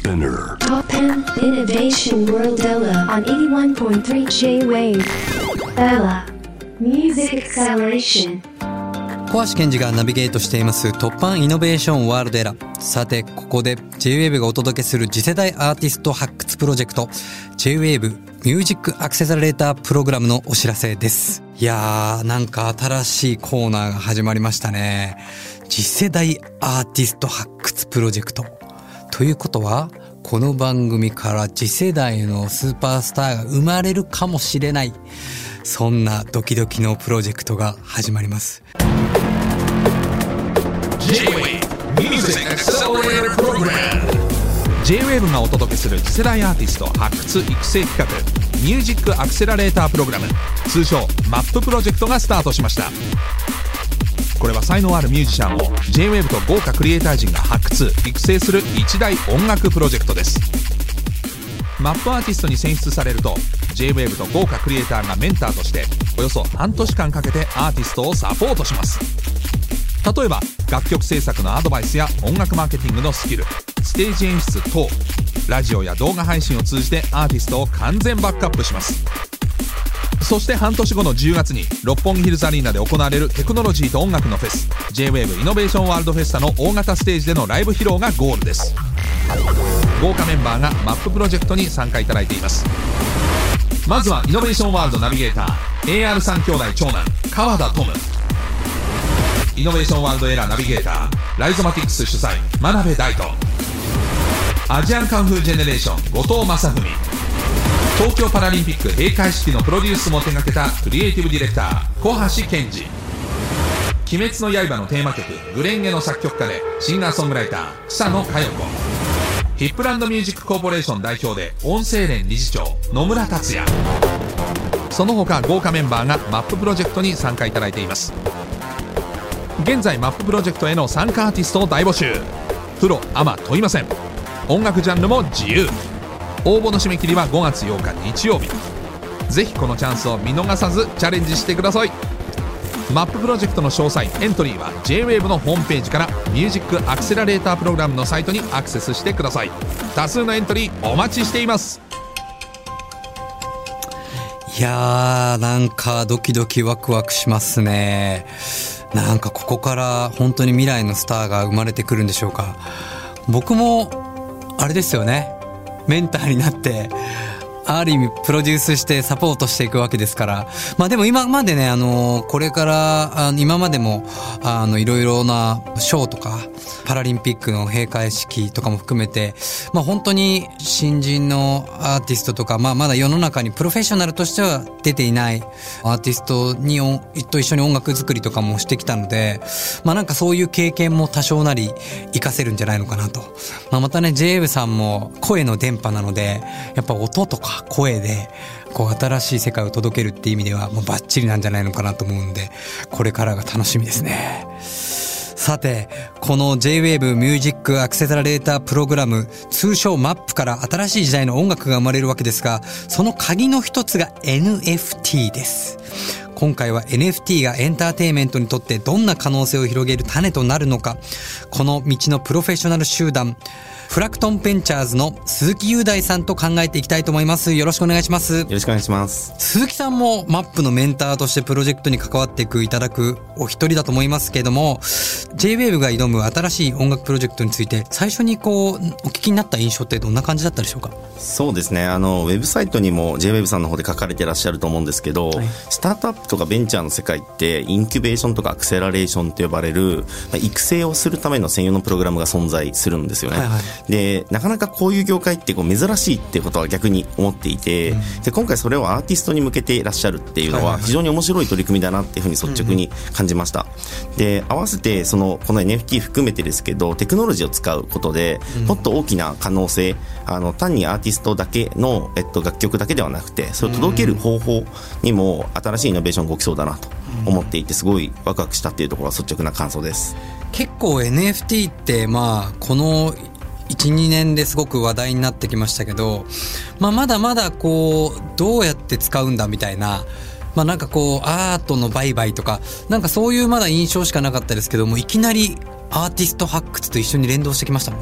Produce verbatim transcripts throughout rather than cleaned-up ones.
Spinner Top ten Innovation World Ella on eighty-one point three J-Wave Ella Music Acceleration。 小橋健二がナビゲートしています突破イノベーションワールドエラー。さてここで J-ウェーブ がお届けする次世代アーティスト発掘プロジェクト J-ウェーブ ミュージックアクセラレータープログラムのお知らせです。いやーなんか新しいコーナーが始まりましたね。次世代アーティスト発掘プロジェクトということはこの番組から次世代のスーパースターが生まれるかもしれない、そんなドキドキのプロジェクトが始まります。 J-ウェーブ Music Accelerator Program。 J-ウェーブ がお届けする次世代アーティスト発掘育成企画ミュージックアクセラレータープログラム、通称 マップ プロジェクトがスタートしました。これは才能あるミュージシャンを J-ウェーブ と豪華クリエイター陣が発掘育成する一大音楽プロジェクトです。マップアーティストに選出されると J-ウェーブ と豪華クリエイターがメンターとしておよそ半年間かけてアーティストをサポートします。例えば楽曲制作のアドバイスや音楽マーケティングのスキル、ステージ演出等、ラジオや動画配信を通じてアーティストを完全バックアップします。そして半年後のじゅうがつに六本木ヒルズアリーナで行われるテクノロジーと音楽のフェス J-ウェーブ イノベーションワールドフェスタの大型ステージでのライブ披露がゴールです。豪華メンバーがマッププロジェクトに参加いただいています。まずはイノベーションワールドナビゲーター エーアール 三兄弟長男川田トム、イノベーションワールドエラーナビゲーターライゾマティクス主催真鍋大斗、アジアンカンフージェネレーション後藤正文、東京パラリンピック閉会式のプロデュースも手掛けたクリエイティブディレクター小橋健二、鬼滅の刃のテーマ曲グレンゲの作曲家でシンガーソングライター草野佳代子、ヒップランドミュージックコーポレーション代表で音声連理事長野村達也、その他豪華メンバーがマッププロジェクトに参加いただいています。現在マッププロジェクトへの参加アーティストを大募集。プロアマ問いません。音楽ジャンルも自由。応募の締め切りはごがつようか日曜日。ぜひこのチャンスを見逃さずチャレンジしてください。マッププロジェクトの詳細エントリーは J-ウェーブ のホームページからミュージックアクセラレータープログラムのサイトにアクセスしてください。多数のエントリーお待ちしています。 いやーなんかドキドキワクワクしますね。なんかここから本当に未来のスターが生まれてくるんでしょうか。僕もあれですよね、メンターになってある意味プロデュースしてサポートしていくわけですから、まあでも今までね、あのこれからあの今までもあのいろいろなショーとかパラリンピックの閉会式とかも含めて、まあ本当に新人のアーティストとか、まあまだ世の中にプロフェッショナルとしては出ていないアーティストにと一緒に音楽作りとかもしてきたので、まあなんかそういう経験も多少なり活かせるんじゃないのかなと。まあまたね J-ウェーブ さんも声の電波なので、やっぱ音とか声でこう新しい世界を届けるっていう意味ではもうバッチリなんじゃないのかなと思うんで、これからが楽しみですね。さてこの J-ウェーブ ミュージックアクセラレータープログラム通称 マップ から新しい時代の音楽が生まれるわけですが、その鍵の一つが エヌエフティー です。今回は エヌエフティー がエンターテインメントにとってどんな可能性を広げる種となるのか、この道のプロフェッショナル集団フラクトンベンチャーズの鈴木雄大さんと考えていきたいと思います。よろしくお願いします。 よろしくお願いします。 鈴木さんもマップのメンターとしてプロジェクトに関わっていくいただくお一人だと思いますけれども、 J-ウェーブ が挑む新しい音楽プロジェクトについて最初にこうお聞きになった印象ってどんな感じだったでしょうか。 そうですね、あのウェブサイトにも J-ウェーブ さんの方で書かれてらっしゃると思うんですけど、はい、スタートアップとかベンチャーの世界ってインキュベーションとかアクセラレーションと呼ばれる育成をするための専用のプログラムが存在するんですよね、はいはい、でなかなかこういう業界ってこう珍しいってことは逆に思っていて、うん、で今回それをアーティストに向けていらっしゃるっていうのは非常に面白い取り組みだなっていうふうに率直に感じました、うんうん、で合わせてそのこの エヌエフティー 含めてですけどテクノロジーを使うことでもっと大きな可能性、あの単にアーティストだけの、えっと、楽曲だけではなくてそれを届ける方法にも新しいイノベーションが起きそうだなと思っていて、すごいワクワクしたっていうところが率直な感想です。 結構 エヌエフティー ってまあこの いちにねんですごく話題になってきましたけど、まあ、まだまだこうどうやって使うんだみたいな、まあ、なんかこうアートの売買とかなんかそういうまだ印象しかなかったですけども、いきなりアーティスト発掘と一緒に連動してきましたもんね。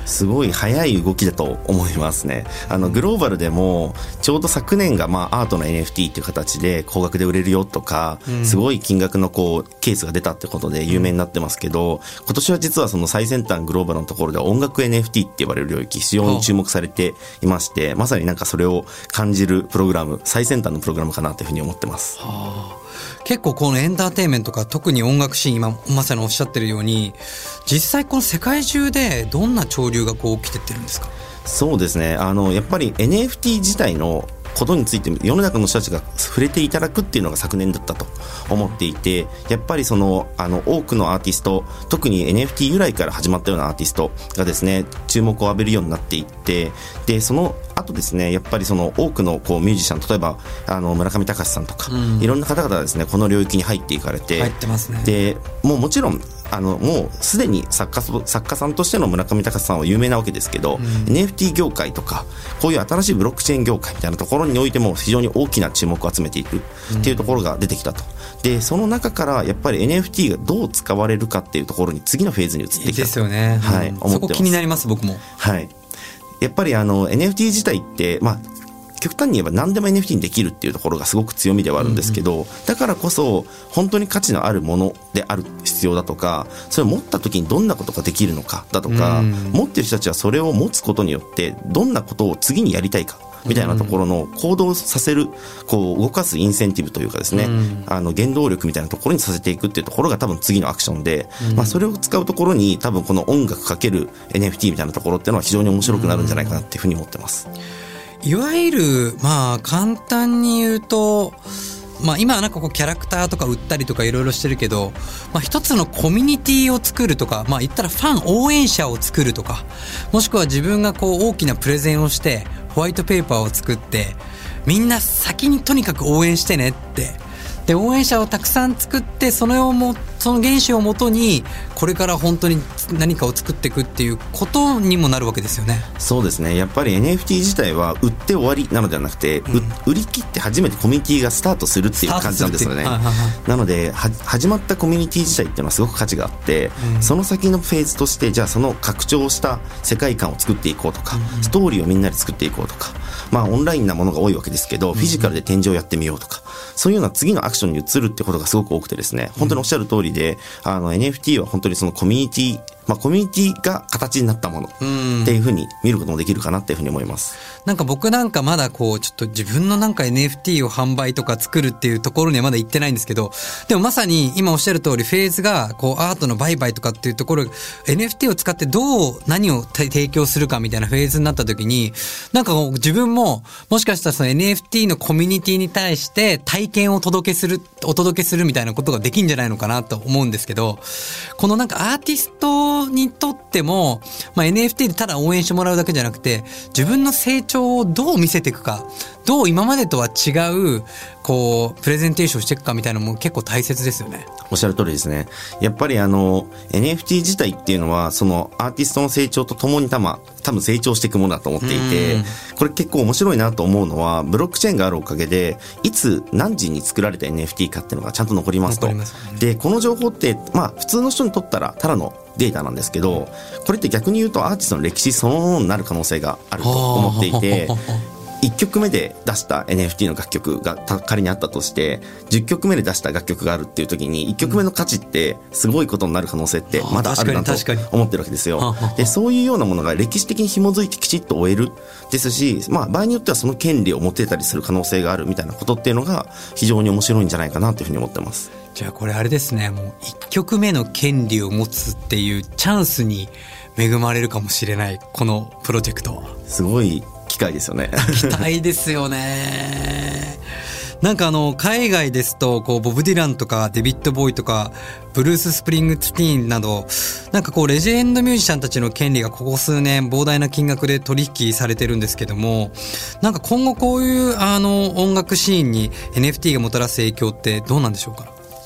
すごい早い動きだと思いますね。あのグローバルでもちょうど昨年がまあアートの エヌエフティー っていう形で高額で売れるよとか、うん、すごい金額のこうケースが出たってことで有名になってますけど、今年は実はその最先端グローバルのところで音楽 エヌエフティー って言われる領域非常に注目されていまして、まさになんかそれを感じるプログラム、最先端のプログラムかなというふうに思ってます。 はあ、結構このエンターテインメントか特に音楽シーン、今まさにおっしゃってるように実際この世界中でどんな潮流がこう起きてってるんですか？ そうですね、あのやっぱり エヌエフティー 自体のことについて世の中の人たちが触れていただくっていうのが昨年だったと思っていて、やっぱりそのあの多くのアーティスト、特に エヌエフティー 由来から始まったようなアーティストがですね注目を浴びるようになっていって、でその後ですねやっぱりその多くのこうミュージシャン、例えばあの村上隆さんとか、うん、いろんな方々がですねこの領域に入っていかれて、 入ってますね。 でもうもちろんあのもうすでに作家作家さんとしての村上隆さんは有名なわけですけど、うん、エヌエフティー 業界とかこういう新しいブロックチェーン業界みたいなところにおいても非常に大きな注目を集めているっていうところが出てきたと。でその中からやっぱり エヌエフティー がどう使われるかっていうところに次のフェーズに移ってきたと。いいですよね、はい、 うん、 思ってます。 そこ気になります僕も。 はい、やっぱりあの エヌエフティー 自体ってまあ極端に言えば何でも エヌエフティー にできるっていうところがすごく強みではあるんですけど、うんうん、だからこそ本当に価値のあるものである必要だとか、それを持った時にどんなことができるのかだとか、うん、持ってる人たちはそれを持つことによってどんなことを次にやりたいかみたいなところの行動させる、こう動かすインセンティブというかですね、うん、あの原動力みたいなところにさせていくっていうところが多分次のアクションで、うん、まあ、それを使うところに多分この音楽かける エヌエフティー みたいなところっていうのは非常に面白くなるんじゃないかなっていうふうに思ってます。 いわゆるまあ簡単に言うと、まあ、今はなんかこうキャラクターとか売ったりとかいろいろしてるけど、まあ、一つのコミュニティを作るとか、まあ、言ったらファン応援者を作るとか、もしくは自分がこう大きなプレゼンをしてホワイトペーパーを作ってみんな先にとにかく応援してねって、で応援者をたくさん作って、そのもその原資をもとにこれから本当に何かを作っていくっていうことにもなるわけですよね。 そうですね、やっぱり エヌエフティー 自体は売って終わりなのではなくて、うん、売り切って初めてコミュニティがスタートするっていう感じなんですよね。なのでは始まったコミュニティ自体っていうのはすごく価値があって、うん、その先のフェーズとしてじゃあその拡張した世界観を作っていこうとか、うん、ストーリーをみんなで作っていこうとか、まあオンラインなものが多いわけですけど、うん、フィジカルで展示をやってみようとか、そういうような次のアクションに移るってことがすごく多くてですね、本当におっしゃる通りで、あの エヌエフティー は本当にそのコミュニティ、まあ、コミュニティが形になったものっていうふうに見ることもできるかなっていうふうに思います。 なんか僕なんかまだこうちょっと自分のなんか エヌエフティー を販売とか作るっていうところにはまだ行ってないんですけど、でもまさに今おっしゃる通りフェーズがこうアートの売買とかっていうところ、 エヌエフティー を使ってどう何を提供するかみたいなフェーズになった時に、なんかこう自分ももしかしたらその エヌエフティー のコミュニティに対して体験をお届けするお届けするみたいなことができるんじゃないのかなと思うんですけど、このなんかアーティストにとっても、まあ、エヌエフティー でただ応援してもらうだけじゃなくて、自分の成長をどう見せていくか、どう今までとは違うこうプレゼンテーションしていくかみたいなのも結構大切ですよね。 おっしゃる通りですね。やっぱりあの エヌエフティー 自体っていうのはそのアーティストの成長とともに多分多分成長していくものだと思っていて、これ結構面白いなと思うのは、ブロックチェーンがあるおかげでいつ何時に作られた エヌエフティー かっていうのがちゃんと残りますと。残りますね。でこの情報ってまあ普通の人にとったらただのデータなんですけど、これって逆に言うとアーティストの歴史そのものになる可能性があると思っていて、いっきょくめで出した エヌエフティー の楽曲が仮にあったとして、じゅっきょくめで出した楽曲があるっていう時にいっきょくめの価値ってすごいことになる可能性ってまだあるなと思ってるわけですよ。でそういうようなものが歴史的に紐づいてきちっと終えるですし、まあ、場合によってはその権利を持ってたりする可能性があるみたいなことっていうのが非常に面白いんじゃないかなというふうに思ってます。 じゃあこれあれですね、もういっきょくめの権利を持つっていうチャンスに恵まれるかもしれない、このプロジェクトは。 すごい機会ですよね。 期待ですよね。なんかあの海外ですとこうボブ・ディランとかデビッド・ボーイとかブルース・スプリングスティーンなど、なんかこうレジェンドミュージシャンたちの権利がここ数年膨大な金額で取引されてるんですけども、なんか今後こういうあの音楽シーンに エヌエフティー がもたらす影響ってどうなんでしょうか。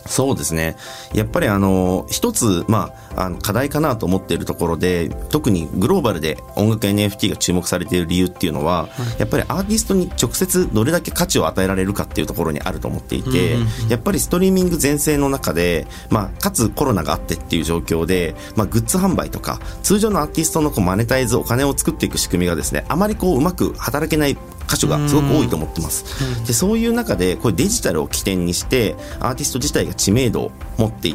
そうですね。やっぱりあの一つ、まあ、あの課題かなと思っているところで、特にグローバルで音楽 エヌエフティー が注目されている理由っていうのは、はい、やっぱりアーティストに直接どれだけ価値を与えられるかっていうところにあると思っていて、うんうんうん、やっぱりストリーミング全盛の中で、まあ、かつコロナがあってっていう状況で、まあ、グッズ販売とか通常のアーティストのこうマネタイズお金を作っていく仕組みがですね、あまりこううまく働けない箇所がすごく多いと思ってます。で、そういう中でこうデジタルを起点にしてアーティスト自体が知名度を持っていって、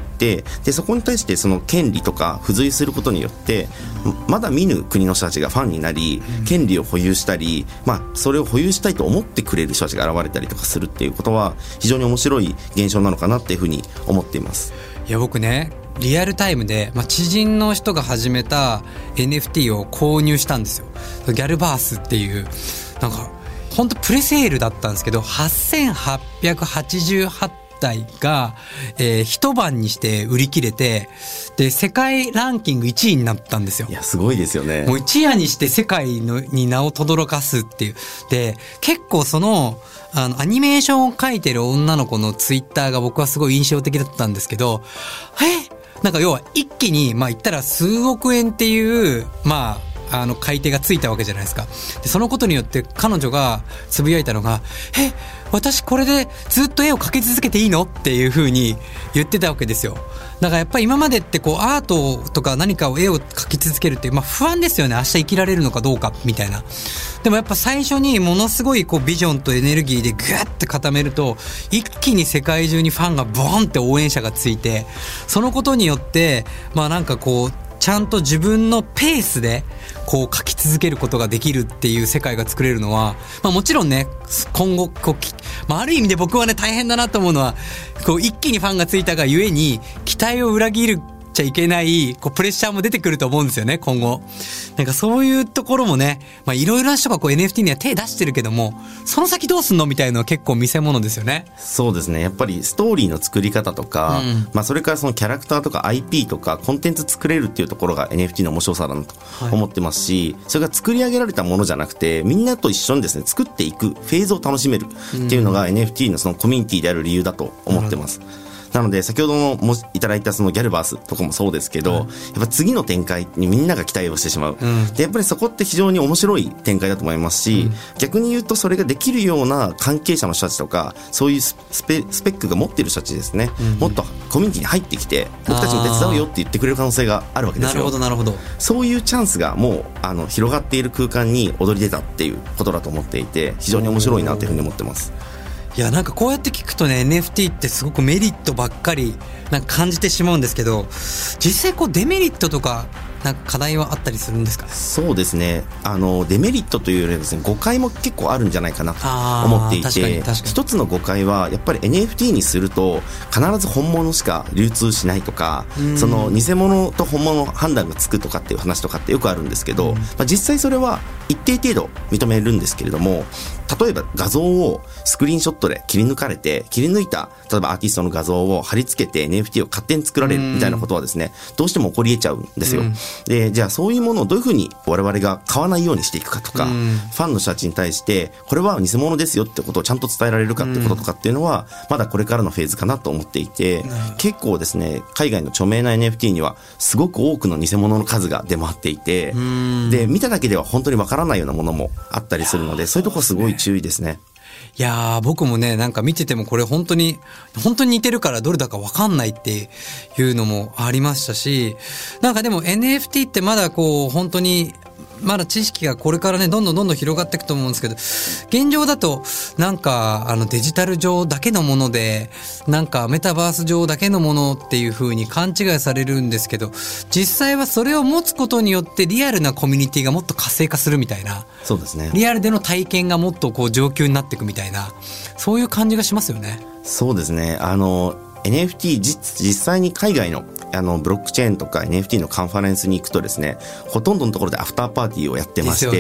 でそこに対してその権利とか付随することによってまだ見ぬ国の人たちがファンになり、権利を保有したり、まあ、それを保有したいと思ってくれる人たちが現れたりとかするっていうことは非常に面白い現象なのかなっていうふうに思っています。 いや僕ねリアルタイムで、まあ、知人の人が始めた エヌエフティー を購入したんですよ。ギャルバースっていうなんか本当プレセールだったんですけどはっせんはっぴゃくはちじゅうはちだいが、えー、一晩にして売り切れて、で世界ランキングいちいになったんですよ。 いやすごいですよね。 もう一夜にして世界のに名を轟かすっていう。で結構そのあのアニメーションを描いてる女の子のツイッターが僕はすごい印象的だったんですけど、えなんか要は一気にまあ言ったら数億円っていうまああの買い手がついたわけじゃないですか。でそのことによって彼女がつぶやいたのが、え私これでずっと絵を描き続けていいのっていう風に言ってたわけですよ。だからやっぱり今までってこうアートとか何かを絵を描き続けるって、まあ、不安ですよね。明日生きられるのかどうかみたいな。でもやっぱ最初にものすごいこうビジョンとエネルギーでグッて固めると一気に世界中にファンがボーンって応援者がついて、そのことによってまあなんかこうちゃんと自分のペースでこう書き続けることができるっていう世界が作れるのは、まあもちろんね今後こう、まあ、ある意味で僕はね大変だなと思うのはこう一気にファンがついたがゆえに期待を裏切るちゃいけないこうプレッシャーも出てくると思うんですよね今後。なんかそういうところもね、まあいろいろな人がこう エヌエフティー には手出してるけども、その先どうすんのみたいなのは結構見せ物ですよね。 そうですね。やっぱりストーリーの作り方とか、うん、まあそれからそのキャラクターとか アイピー とかコンテンツ作れるっていうところが エヌエフティー の面白さだなと思ってますし、はい、それが作り上げられたものじゃなくてみんなと一緒にですね作っていくフェーズを楽しめるっていうのが エヌエフティー のそのコミュニティである理由だと思ってます。うんなので先ほどのもいただいたそのギャルバースとかもそうですけど、うん、やっぱ次の展開にみんなが期待をしてしまう、うん、でやっぱりそこって非常に面白い展開だと思いますし、うん、逆に言うとそれができるような関係者の人たちとかそういうス ペ, スペックが持っている人たちですね、うん、もっとコミュニティに入ってきて僕たちも手伝うよって言ってくれる可能性があるわけですよ。 なるほどなるほど。 そういうチャンスがもうあの広がっている空間に躍り出たっていうことだと思っていて非常に面白いなというふうに思ってます。 いやなんかこうやって聞くとね エヌエフティー ってすごくメリットばっかりなんか感じてしまうんですけど、実際こうデメリットとかなんか課題はあったりするんですか？ そうですね。あのデメリットというよりはですね誤解も結構あるんじゃないかなと思っていて、一つの誤解はやっぱり エヌエフティー にすると必ず本物しか流通しないとか、その偽物と本物の判断がつくとかっていう話とかってよくあるんですけど、まあ、実際それは一定程度認めるんですけれども、例えば画像をスクリーンショットで切り抜かれて切り抜いた例えばアーティストの画像を貼り付けて エヌエフティー を勝手に作られるみたいなことはですねどうしても起こり得ちゃうんですよ。でじゃあそういうものをどういうふうに我々が買わないようにしていくかとか、ファンの人たちに対してこれは偽物ですよってことをちゃんと伝えられるかってこととかっていうのはまだこれからのフェーズかなと思っていて、結構ですね海外の著名な エヌエフティー にはすごく多くの偽物の数が出回っていて、で見ただけでは本当にわからないようなものもあったりするので、そういうところすごい注意ですね。 いやー僕もねなんか見ててもこれ本当に本当に似てるからどれだか分かんないっていうのもありましたし、なんかでも エヌエフティー ってまだこう本当にまだ知識がこれからねどんどんどんどん広がっていくと思うんですけど、現状だとなんかあのデジタル上だけのものでなんかメタバース上だけのものっていう風に勘違いされるんですけど、実際はそれを持つことによってリアルなコミュニティがもっと活性化するみたいな、 そうですね、 リアルでの体験がもっとこう上級になっていくみたいな、そういう感じがしますよね。 そうですね。あの エヌエフティー 実, 実際に海外のあのブロックチェーンとか エヌエフティー のカンファレンスに行くとですね、ほとんどのところでアフターパーティーをやってまして、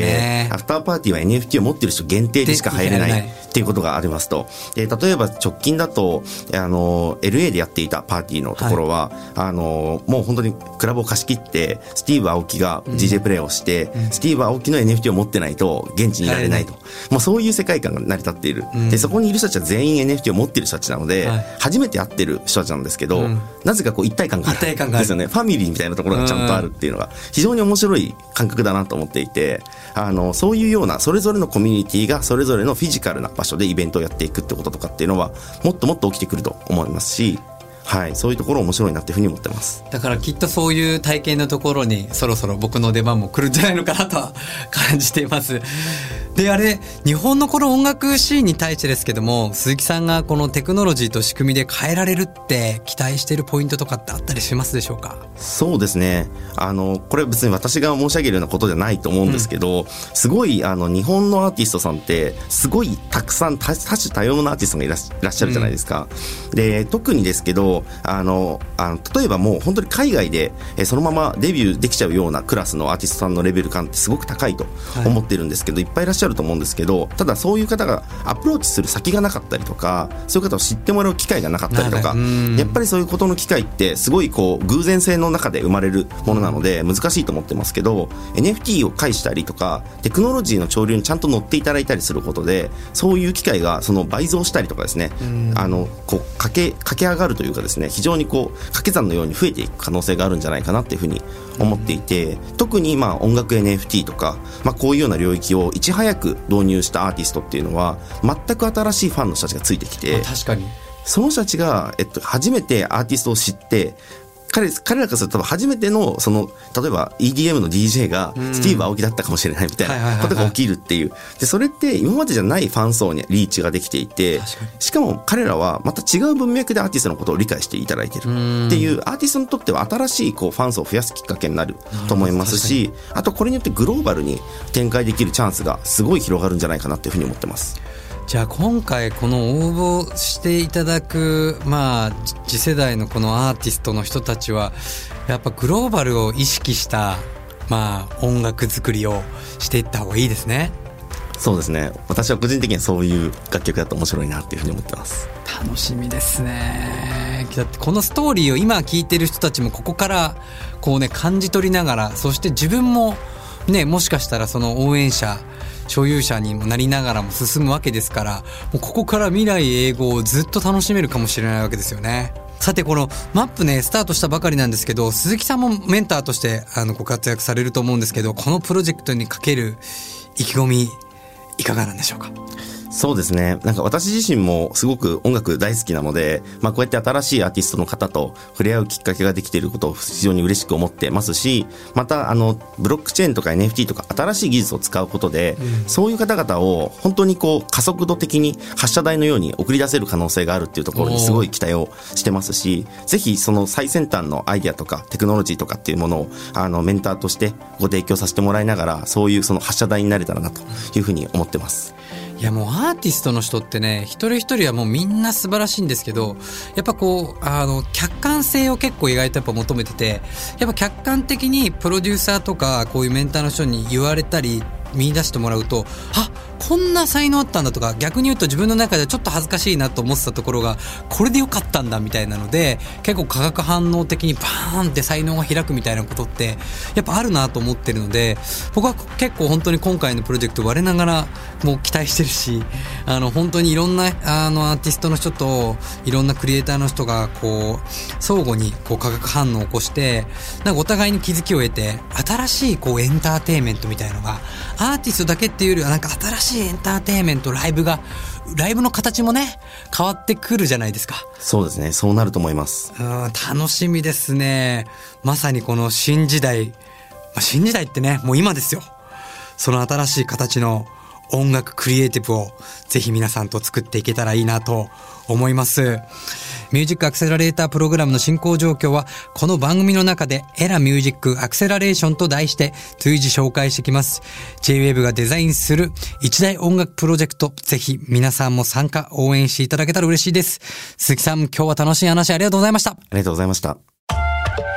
アフターパーティーは エヌエフティー を持っている人限定でしか入れないっていうことがありますと。で例えば直近だとあの エルエー でやっていたパーティーのところは、はい、あのもう本当にクラブを貸し切ってスティーブ・アオキが ジージェー プレイをして、うん、スティーブ・アオキの エヌエフティー を持ってないと現地にいられないと、もうそういう世界観が成り立っている、うん、でそこにいる人たちは全員 エヌエフティー を持っている人たちなので、はい、初めて会ってる人たちなんですけど、うん、なぜかこう一体感があるんですよね。ファミリーみたいなところがちゃんとあるっていうのが非常に面白い感覚だなと思っていて、あのそういうようなそれぞれのコミュニティがそれぞれのフィジカルな場所でイベントをやっていくってこととかっていうのはもっともっと起きてくると思いますし、はい、そういうところ面白いなっていうふうに思ってます。 だからきっとそういう体験のところにそろそろ僕の出番も来るんじゃないのかなとは感じています。であれ日本のこの音楽シーンに対してですけども、鈴木さんがこのテクノロジーと仕組みで変えられるって期待しているポイントとかってあったりしますでしょうか？ そうですね、あのこれは別に私が申し上げるようなことじゃないと思うんですけど、うん、すごいあの日本のアーティストさんってすごいたくさん 多, 多種多様なアーティストがいら っ, いらっしゃるじゃないですか、うん、で特にですけどあのあの例えばもう本当に海外でえそのままデビューできちゃうようなクラスのアーティストさんのレベル感ってすごく高いと思ってるんですけど、はい、いっぱいいらっしゃると思うんですけど、ただそういう方がアプローチする先がなかったりとか、そういう方を知ってもらう機会がなかったりとか、やっぱりそういうことの機会ってすごいこう偶然性の中で生まれるものなので難しいと思ってますけど、 エヌエフティー を介したりとかテクノロジーの潮流にちゃんと乗っていただいたりすることで、そういう機会がその倍増したりとかですね、あのこう駆け、駆け上がるというかですね、非常にこう掛け算のように増えていく可能性があるんじゃないかなっていうふうに思っていて、特にまあ音楽 エヌエフティー とか、まあ、こういうような領域をいち早く導入したアーティストっていうのは全く新しいファンの人たちがついてきて、 確かにその人たちが、えっと、初めてアーティストを知って彼, 彼らからすると多分初めて の, その例えば イーディーエム の ディージェー がスティーブ・アオキだったかもしれないみたいなことが起きるっていう、でそれって今までじゃないファン層にリーチができていて、しかも彼らはまた違う文脈でアーティストのことを理解していただいているっていう、アーティストにとっては新しいこうファン層を増やすきっかけになると思いますし、あとこれによってグローバルに展開できるチャンスがすごい広がるんじゃないかなというふうに思ってます。 じゃあ今回この応募していただく、まあ、次世代のこのアーティストの人たちはやっぱグローバルを意識した、まあ、音楽作りをしていった方がいいですね。 そうですね、私は個人的にはそういう楽曲だと面白いなっていうふうに思ってます。 楽しみですね。だってこのストーリーを今聴いてる人たちもここからこうね感じ取りながら、そして自分もね、もしかしたらその応援者所有者にもなりながらも進むわけですから、もうここから未来永劫をずっと楽しめるかもしれないわけですよね。さてこのマップねスタートしたばかりなんですけど、鈴木さんもメンターとしてあのご活躍されると思うんですけど、このプロジェクトにかける意気込みいかがなんでしょうか？ そうですね、なんか私自身もすごく音楽大好きなので、まあ、こうやって新しいアーティストの方と触れ合うきっかけができていることを非常に嬉しく思ってますし、またあのブロックチェーンとか エヌエフティー とか新しい技術を使うことで、うん、そういう方々を本当にこう加速度的に発射台のように送り出せる可能性があるっていうところにすごい期待をしてますし、ぜひその最先端のアイデアとかテクノロジーとかっていうものをあのメンターとしてご提供させてもらいながら、そういうその発射台になれたらなというふうに思ってます。 いやもうアーティストの人ってね、一人一人はもうみんな素晴らしいんですけど、やっぱこうあの客観性を結構意外とやっぱ求めてて、やっぱ客観的にプロデューサーとかこういうメンターの人に言われたり見出してもらうと、あ、こんな才能あったんだとか、逆に言うと自分の中でちょっと恥ずかしいなと思ってたところがこれでよかったんだみたいなので、結構化学反応的にバーンって才能が開くみたいなことってやっぱあるなと思ってるので、僕は結構本当に今回のプロジェクト我ながらもう期待してるし、あの本当にいろんなあのアーティストの人といろんなクリエイターの人がこう相互にこう化学反応を起こして、なんかお互いに気づきを得て新しいこうエンターテインメントみたいのが、アーティストだけっていうよりはなんか新しいエンターテインメント、ライブがライブの形もね変わってくるじゃないですか。 そうですね、そうなると思います。 うん、楽しみですね。まさにこの新時代、まあ、新時代ってねもう今ですよ。その新しい形の音楽クリエイティブをぜひ皆さんと作っていけたらいいなと思います。ミュージックアクセラレータープログラムの進行状況はこの番組の中でエラミュージックアクセラレーションと題して随時紹介してきます。 ジェイウェーブ がデザインする一大音楽プロジェクト、ぜひ皆さんも参加応援していただけたら嬉しいです。鈴木さん、今日は楽しい話ありがとうございました。ありがとうございました。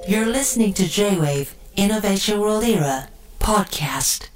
You're listening to J-Wave Innovation World Era podcast.